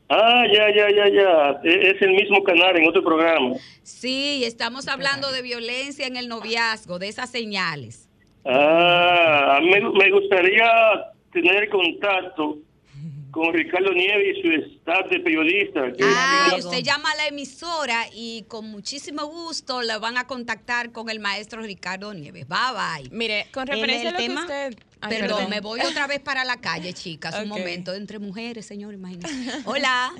Speaker 7: Ah, ya, ya, ya, ya. E- Es el mismo canal en otro programa.
Speaker 4: Sí, estamos hablando de violencia en el noviazgo, de esas señales.
Speaker 7: Ah, me, me gustaría tener contacto con Ricardo Nieves y su staff de periodistas. que-
Speaker 4: Ah,
Speaker 5: luego.
Speaker 4: usted llama a la emisora y con muchísimo gusto le van a contactar con el maestro Ricardo Nieves. Bye, bye.
Speaker 6: Mire, con
Speaker 5: En
Speaker 6: referencia
Speaker 5: el
Speaker 6: a lo
Speaker 5: tema-
Speaker 6: que usted... Ay,
Speaker 4: Perdón, me voy otra vez para la calle, chicas. Un
Speaker 6: Ok.
Speaker 4: momento, entre mujeres, señor, imagínense. Hola.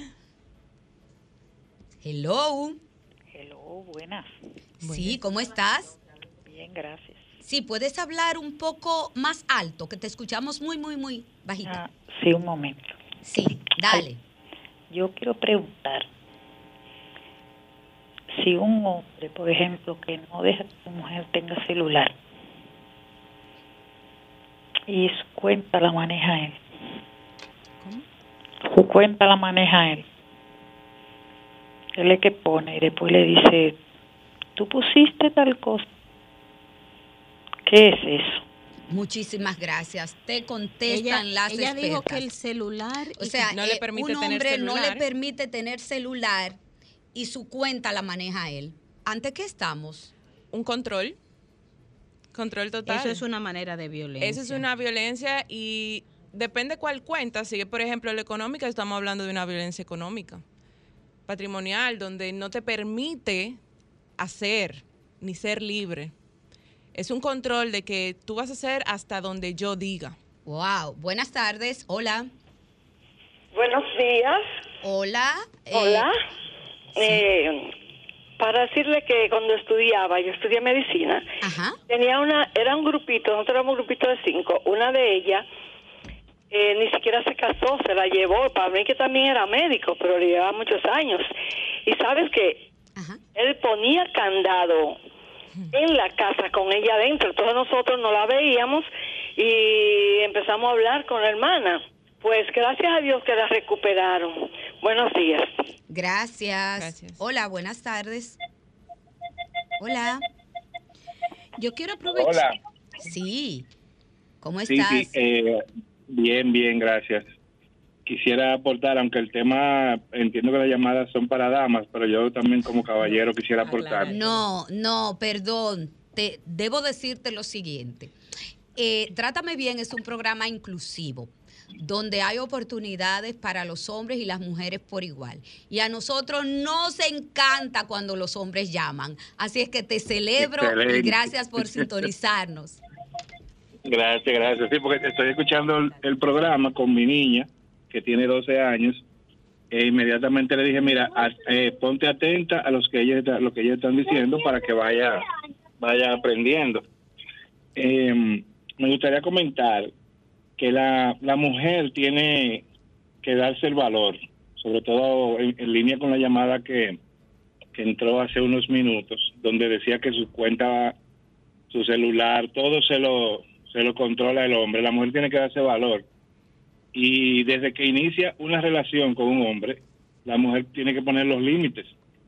Speaker 4: Hello.
Speaker 8: Hello, buenas.
Speaker 4: Sí, ¿cómo estás?
Speaker 8: Bien, gracias.
Speaker 4: Sí, puedes hablar un poco más alto, que te escuchamos muy, muy, muy bajita.
Speaker 8: Ah, sí, un momento.
Speaker 4: Sí, dale.
Speaker 8: Yo quiero preguntar si un hombre, por ejemplo, que no deja que su mujer tenga celular y su cuenta la maneja él. ¿Cómo? Su cuenta la maneja él. Él es que pone y después le dice, tú pusiste tal cosa. ¿Qué es eso?
Speaker 4: Muchísimas gracias. Te contestan
Speaker 5: Ella,
Speaker 4: las
Speaker 5: ella dijo que
Speaker 4: expertas.
Speaker 5: el celular...
Speaker 4: O
Speaker 5: y
Speaker 4: sea,
Speaker 5: que-
Speaker 6: No le
Speaker 4: eh,
Speaker 6: permite
Speaker 4: un
Speaker 6: tener
Speaker 4: hombre no le
Speaker 6: celular.
Speaker 4: permite tener celular y su cuenta la maneja él. ¿Ante qué estamos?
Speaker 6: Un control. Control total.
Speaker 5: eso es una manera de violencia.
Speaker 6: Eso es una violencia y depende cuál cuenta. Si es, por ejemplo, la económica, estamos hablando de una violencia económica. Patrimonial, donde no te permite hacer ni ser libre. Es un control de que tú vas a hacer hasta donde yo diga.
Speaker 4: Wow. Buenas tardes. Hola.
Speaker 9: Buenos días.
Speaker 4: Hola. eh,
Speaker 9: Hola. Eh, para decirle que cuando estudiaba, yo estudié medicina,
Speaker 4: Ajá.
Speaker 9: tenía una, era un grupito, nosotros éramos un grupito de cinco. Una de ellas eh, ni siquiera se casó, se la llevó. Para mí que también era médico, pero le llevaba muchos años. Y sabes que
Speaker 4: Ajá.
Speaker 9: él ponía candado en la casa con ella adentro. Entonces nosotros no la veíamos y empezamos a hablar con la hermana. Pues gracias a Dios que la recuperaron. Buenos días.
Speaker 4: Gracias.
Speaker 6: Gracias.
Speaker 4: Hola, buenas tardes. Hola.
Speaker 5: Yo quiero aprovechar...
Speaker 10: Hola.
Speaker 4: Sí. ¿Cómo
Speaker 10: Sí,
Speaker 4: estás?
Speaker 10: sí, eh, bien, bien, gracias. Quisiera aportar, aunque el tema, entiendo que las llamadas son para damas, pero yo también como caballero quisiera aportar.
Speaker 4: No, no, perdón. Te debo decirte lo siguiente. Eh, Trátame Bien es un programa inclusivo donde hay oportunidades para los hombres y las mujeres por igual. Y a nosotros nos encanta cuando los hombres llaman. Así es que te celebro
Speaker 10: Excelente.
Speaker 4: y gracias por sintonizarnos.
Speaker 10: Gracias, gracias. Sí, porque estoy escuchando el, el programa con mi niña, que tiene doce años, e inmediatamente le dije, mira, a- eh, ponte atenta a los que ellos, está- lo que ellos están diciendo para que vaya, vaya aprendiendo. Eh, me gustaría comentar que la, la mujer tiene que darse el valor, sobre todo en, en línea con la llamada que, que entró hace unos minutos, donde decía que su cuenta, su celular, todo se lo, se lo controla el hombre. La mujer tiene que darse valor. Y desde que inicia una relación con un hombre, la mujer tiene que poner los límites.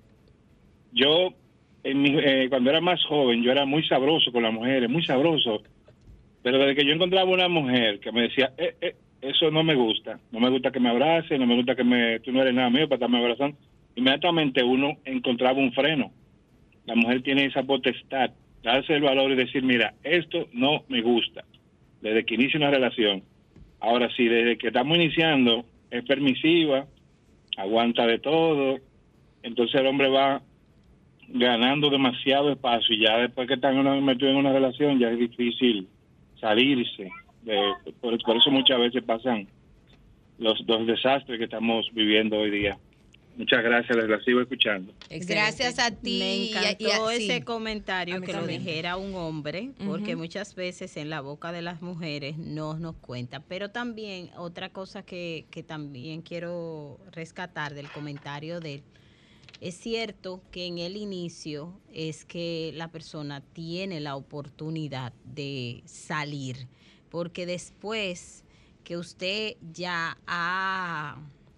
Speaker 10: Yo, en mi, eh, cuando era más joven, yo era muy sabroso con las mujeres, muy sabroso. Pero desde que yo encontraba una mujer que me decía, eh, eh, eso no me gusta, no me gusta que me abrace, no me gusta que me, tú no eres nada mío para estarme abrazando, inmediatamente uno encontraba un freno. La mujer tiene esa potestad, darse el valor y decir, mira, esto no me gusta, desde que inicia una relación. Ahora sí, desde que estamos iniciando, es permisiva, aguanta de todo, entonces el hombre va ganando demasiado espacio y ya después que están una- metidos en una relación ya es difícil salirse. De, por, por eso muchas veces pasan los, los desastres que estamos viviendo hoy día. Muchas gracias, les la sigo escuchando.
Speaker 4: Gracias a ti.
Speaker 5: Me
Speaker 4: y a-
Speaker 5: encantó
Speaker 4: y a-
Speaker 5: ese
Speaker 4: sí.
Speaker 5: comentario
Speaker 6: A mí
Speaker 5: que lo
Speaker 6: también.
Speaker 5: dijera un hombre, porque
Speaker 6: Ujú.
Speaker 5: muchas veces en la boca de las mujeres no nos cuenta. Pero también otra cosa que, que también quiero rescatar del comentario de él, es cierto que en el inicio es que la persona tiene la oportunidad de salir, porque después que usted ya ha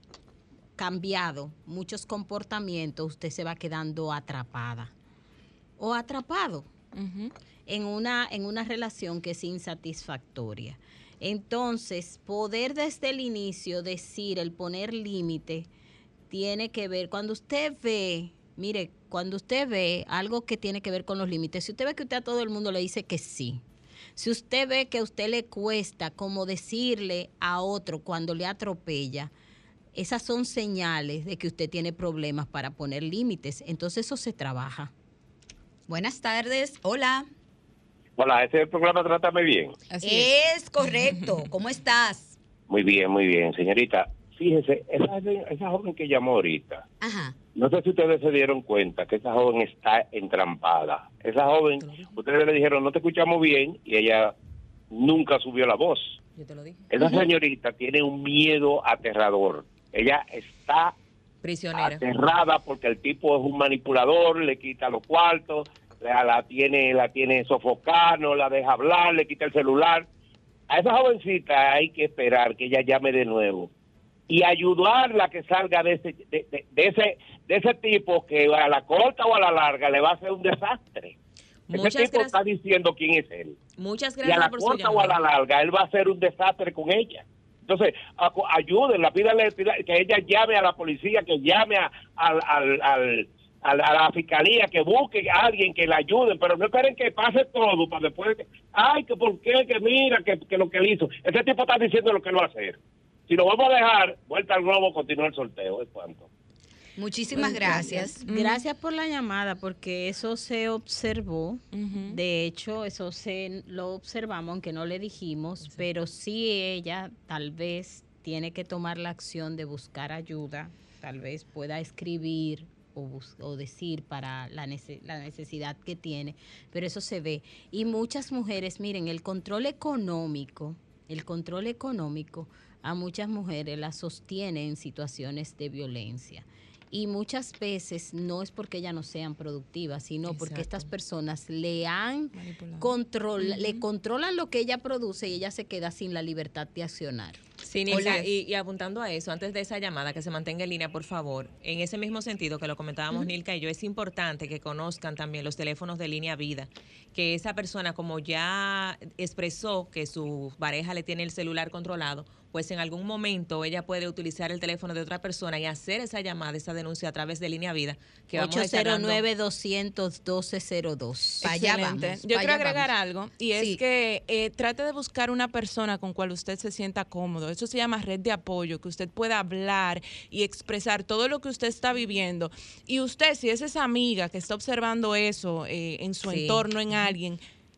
Speaker 5: cambiado muchos comportamientos, usted se va quedando atrapada o atrapado
Speaker 6: Ujú.
Speaker 5: en una, en una relación que es insatisfactoria. Entonces, poder desde el inicio decir, el poner límite, tiene que ver, cuando usted ve, mire, cuando usted ve algo que tiene que ver con los límites, si usted ve que usted a todo el mundo le dice que sí, si usted ve que a usted le cuesta como decirle a otro cuando le atropella, esas son señales de que usted tiene problemas para poner límites. Entonces eso se trabaja.
Speaker 4: Buenas tardes, hola.
Speaker 11: Hola, este es el programa Trátame Bien.
Speaker 4: Así es. es correcto, ¿cómo estás?
Speaker 11: Muy bien, muy bien, señorita. Fíjese, esa, esa joven que llamó ahorita,
Speaker 4: Ajá.
Speaker 11: no sé si ustedes se dieron cuenta que esa joven está entrampada. Esa joven, ustedes le dijeron, no te escuchamos bien, y ella nunca subió la voz.
Speaker 4: Yo te lo dije.
Speaker 11: Esa
Speaker 4: Uh-huh.
Speaker 11: señorita tiene un miedo aterrador. Ella está
Speaker 6: prisionera,
Speaker 11: aterrada porque el tipo es un manipulador, le quita los cuartos, la, la tiene la tiene sofocada, no la deja hablar, le quita el celular. A esa jovencita hay que esperar que ella llame de nuevo y ayudarla a que salga de ese de, de, de ese de ese tipo que a la corta o a la larga le va a hacer un desastre.
Speaker 6: Muchas
Speaker 11: ese tipo
Speaker 6: gracias.
Speaker 11: está diciendo quién es él.
Speaker 6: Muchas
Speaker 11: Y a
Speaker 6: gracias
Speaker 11: la
Speaker 6: por su
Speaker 11: corta o a la
Speaker 6: llamada.
Speaker 11: larga él va a hacer un desastre con ella. Entonces, acu- ayúdenla, pídale, pídale que ella llame a la policía, que llame a, al, al, al, a, la, a la fiscalía, que busque a alguien que la ayude, pero no esperen que pase todo para después, que, ay, que por qué, que mira, que, que lo que él hizo. Ese tipo está diciendo lo que él va a hacer. Si lo vamos a dejar, vuelta al globo, continúa el sorteo. ¿Es cuánto?
Speaker 4: Muchísimas gracias.
Speaker 5: Gracias. Gracias por la llamada, porque eso se observó.
Speaker 6: Uh-huh.
Speaker 5: De hecho, eso se lo observamos, aunque no le dijimos, sí. Pero sí ella tal vez tiene que tomar la acción de buscar ayuda, tal vez pueda escribir o, bus- o decir para la, nece- la necesidad que tiene, pero eso se ve. Y muchas mujeres, miren, el control económico, el control económico a muchas mujeres las sostiene en situaciones de violencia. Y muchas veces no es porque ellas no sean productivas, sino Exacto. porque estas personas le han control, uh-huh. le controlan lo que ella produce y ella se queda sin la libertad de accionar.
Speaker 6: Sí, Nilka, y, y apuntando a eso, antes de esa llamada, que se mantenga en línea, por favor, en ese mismo sentido que lo comentábamos uh-huh. Nilka y yo, es importante que conozcan también los teléfonos de Línea Vida, que esa persona, como ya expresó que su pareja le tiene el celular controlado, pues en algún momento ella puede utilizar el teléfono de otra persona y hacer esa llamada, esa denuncia a través de Línea Vida. Que
Speaker 5: ocho cero nueve, dos uno dos, uno dos cero dos.
Speaker 6: Excelente. Yo quiero agregar vamos. algo, y es sí. que eh, trate de buscar una persona con cual usted se sienta cómodo. Eso se llama red de apoyo, que usted pueda hablar y expresar todo lo que usted está viviendo. Y usted, si es esa amiga que está observando eso eh, en su sí. entorno, en alguien,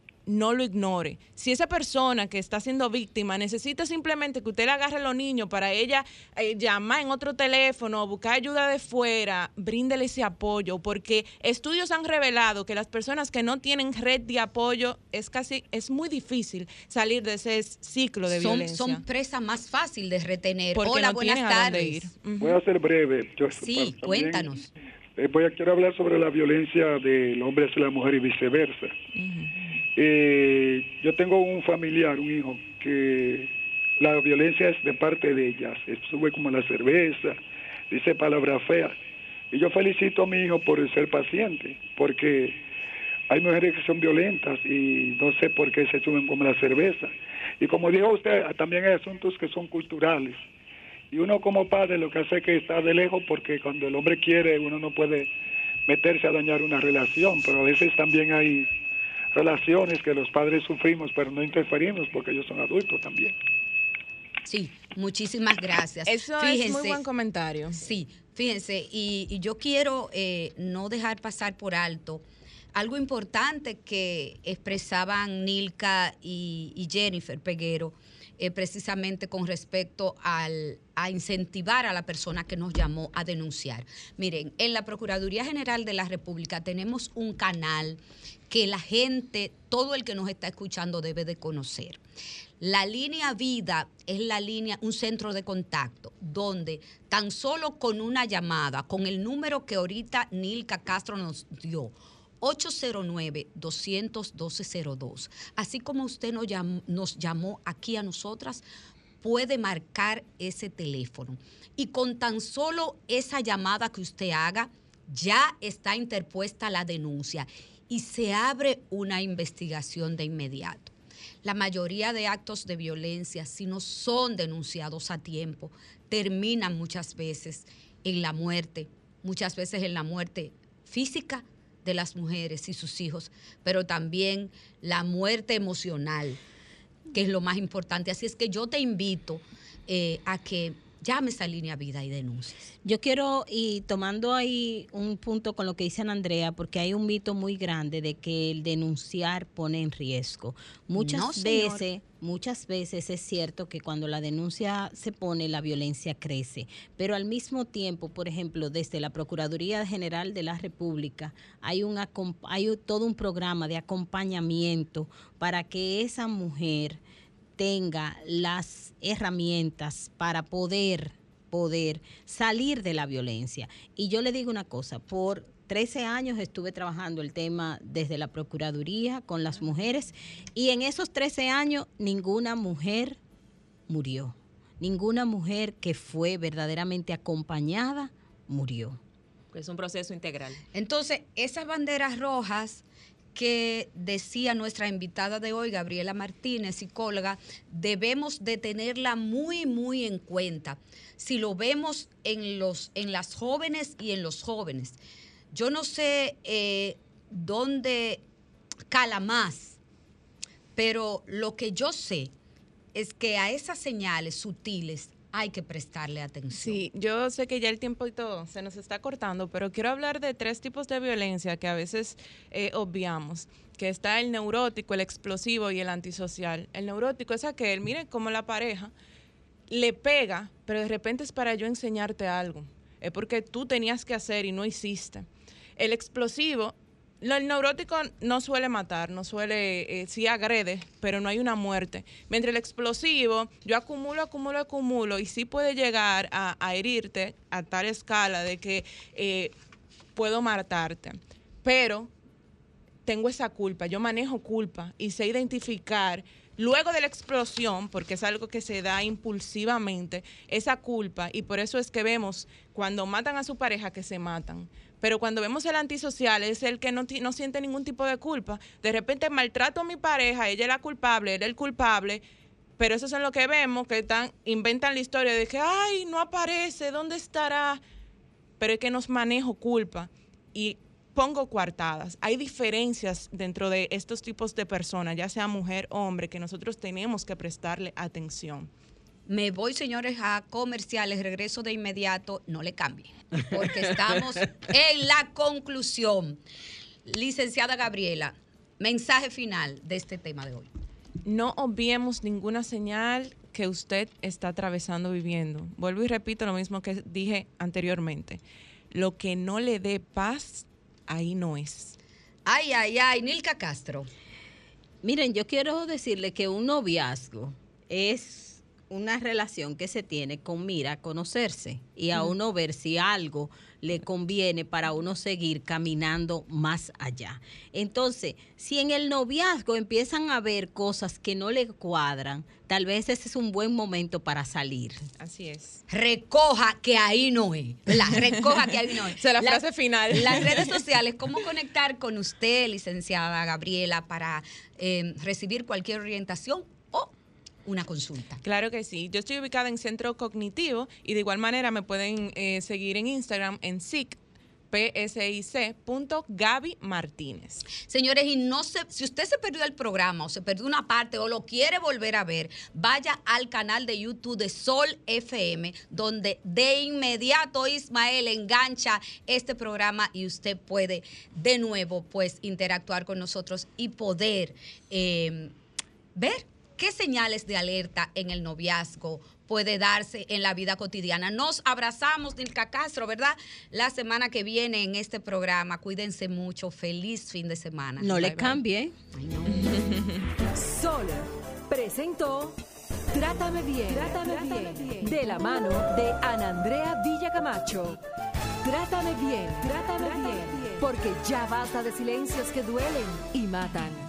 Speaker 6: no lo ignore. Si esa persona que está siendo víctima necesita simplemente que usted le agarre a los niños para ella eh, llamar en otro teléfono o buscar ayuda de fuera, bríndele ese apoyo, porque estudios han revelado que las personas que no tienen red de apoyo es casi, es muy difícil salir de ese ciclo de
Speaker 4: son,
Speaker 6: violencia.
Speaker 4: Son presa más fácil de retener.
Speaker 6: Porque
Speaker 4: Hola,
Speaker 6: no
Speaker 4: buenas tardes.
Speaker 12: Uh-huh. Voy a ser breve. Yo,
Speaker 4: sí,
Speaker 12: también,
Speaker 4: cuéntanos.
Speaker 12: Eh, voy a, quiero hablar sobre la violencia del hombre hacia la mujer y viceversa. Uh-huh. Eh, yo tengo un familiar, un hijo, que la violencia es de parte de ellas. Sube como la cerveza, dice palabras feas. Y yo felicito a mi hijo por ser paciente, porque hay mujeres que son violentas y no sé por qué se suben como la cerveza. Y como dijo usted, también hay asuntos que son culturales. Y uno como padre lo que hace es que está de lejos, porque cuando el hombre quiere uno no puede meterse a dañar una relación, pero a veces también hay relaciones que los padres sufrimos, pero no interferimos porque ellos son adultos también.
Speaker 4: Sí, muchísimas gracias.
Speaker 6: Eso fíjense, es muy buen comentario.
Speaker 4: Sí, fíjense, y, y yo quiero eh, no dejar pasar por alto algo importante que expresaban Nilka y, y Jennifer Peguero, eh, precisamente con respecto al, a incentivar a la persona que nos llamó a denunciar. Miren, en la Procuraduría General de la República tenemos un canal que la gente, todo el que nos está escuchando debe de conocer. La Línea Vida es la línea, un centro de contacto, donde tan solo con una llamada, con el número que ahorita Nilka Castro nos dio, ocho cero nueve, dos cero cero, uno dos cero dos. Así como usted nos llamó, nos llamó aquí a nosotras, puede marcar ese teléfono. Y con tan solo esa llamada que usted haga, ya está interpuesta la denuncia y se abre una investigación de inmediato. La mayoría de actos de violencia, si no son denunciados a tiempo, terminan muchas veces en la muerte, muchas veces en la muerte física de las mujeres y sus hijos, pero también la muerte emocional, que es lo más importante. Así es que yo te invito eh, a que llames a Línea Vida y denuncies.
Speaker 5: Yo quiero, y tomando ahí un punto con lo que dice Ana Andrea, porque hay un mito muy grande de que el denunciar pone en riesgo. Muchas
Speaker 4: No, señor.
Speaker 5: veces, muchas veces es cierto que cuando la denuncia se pone, la violencia crece. Pero al mismo tiempo, por ejemplo, desde la Procuraduría General de la República, hay, un, acom- hay todo un programa de acompañamiento para que esa mujer tenga las herramientas para poder, poder salir de la violencia. Y yo le digo una cosa, por trece años estuve trabajando el tema desde la Procuraduría con las mujeres y en esos trece años ninguna mujer murió. Ninguna mujer que fue verdaderamente acompañada murió.
Speaker 6: Es un proceso integral.
Speaker 4: Entonces, esas banderas rojas que decía nuestra invitada de hoy, Gabriela Martínez, psicóloga, debemos de tenerla muy, muy en cuenta. Si lo vemos en, los, en las jóvenes y en los jóvenes. Yo no sé eh, dónde cala más, pero lo que yo sé es que a esas señales sutiles hay que prestarle atención.
Speaker 6: Sí, yo sé que ya el tiempo y todo se nos está cortando, pero quiero hablar de tres tipos de violencia que a veces eh, obviamos, que está el neurótico, el explosivo y el antisocial. El neurótico es aquel, mire, como la pareja le pega, pero de repente es para yo enseñarte algo. Es porque tú tenías que hacer y no hiciste. El explosivo, no, el neurótico no suele matar, no suele, eh, sí agrede, pero no hay una muerte. Mientras el explosivo, yo acumulo, acumulo, acumulo y sí puede llegar a, a herirte a tal escala de que eh, puedo matarte. Pero tengo esa culpa, yo manejo culpa y sé identificar luego de la explosión, porque es algo que se da impulsivamente, esa culpa, y por eso es que vemos cuando matan a su pareja que se matan. Pero cuando vemos el antisocial, es el que no, no siente ningún tipo de culpa. De repente maltrato a mi pareja, ella es la culpable, él es el culpable, pero eso es lo que vemos, que están, inventan la historia de que, ay, no aparece, ¿dónde estará? Pero es que nos manejo culpa y pongo coartadas. Hay diferencias dentro de estos tipos de personas, ya sea mujer o hombre, que nosotros tenemos que prestarle atención.
Speaker 4: Me voy, señores, a comerciales, regreso de inmediato, no le cambie, porque estamos en la conclusión. Licenciada Gabriela, mensaje final de este tema de hoy.
Speaker 6: No obviemos ninguna señal que usted está atravesando, viviendo. Vuelvo y repito lo mismo que dije anteriormente. Lo que no le dé paz, ahí no es.
Speaker 4: Ay, ay, ay, Nilka Castro.
Speaker 5: Miren, yo quiero decirle que un noviazgo es una relación que se tiene con mira a conocerse y a uno ver si algo le conviene para uno seguir caminando más allá. Entonces, si en el noviazgo empiezan a ver cosas que no le cuadran, tal vez ese es un buen momento para salir.
Speaker 6: Así es.
Speaker 4: Recoja que ahí no es, ¿verdad? Recoja que ahí no es.
Speaker 6: Esa es la
Speaker 4: La-
Speaker 6: frase final.
Speaker 4: Las redes sociales, ¿cómo conectar con usted, licenciada Gabriela, para eh, recibir cualquier orientación o una consulta?
Speaker 6: Claro que sí. Yo estoy ubicada en Centro Cognitivo y de igual manera me pueden eh, seguir en Instagram en sic, P S I C punto Gaby Martínez.
Speaker 4: Señores, y no se, si usted se perdió el programa o se perdió una parte o lo quiere volver a ver, vaya al canal de YouTube de Sol F M, donde de inmediato Ismael engancha este programa y usted puede de nuevo pues interactuar con nosotros y poder eh, ver qué señales de alerta en el noviazgo puede darse en la vida cotidiana. Nos abrazamos, Nilka Castro, ¿verdad? La semana que viene en este programa. Cuídense mucho. Feliz fin de semana.
Speaker 5: No le
Speaker 4: Bye, bye.
Speaker 5: cambie.
Speaker 4: Ay, no.
Speaker 1: Sol presentó Trátame Bien, Trátame Bien, de la mano de Ana Andrea Villacamacho. Trátame bien, trátame bien, porque ya basta de silencios que duelen y matan.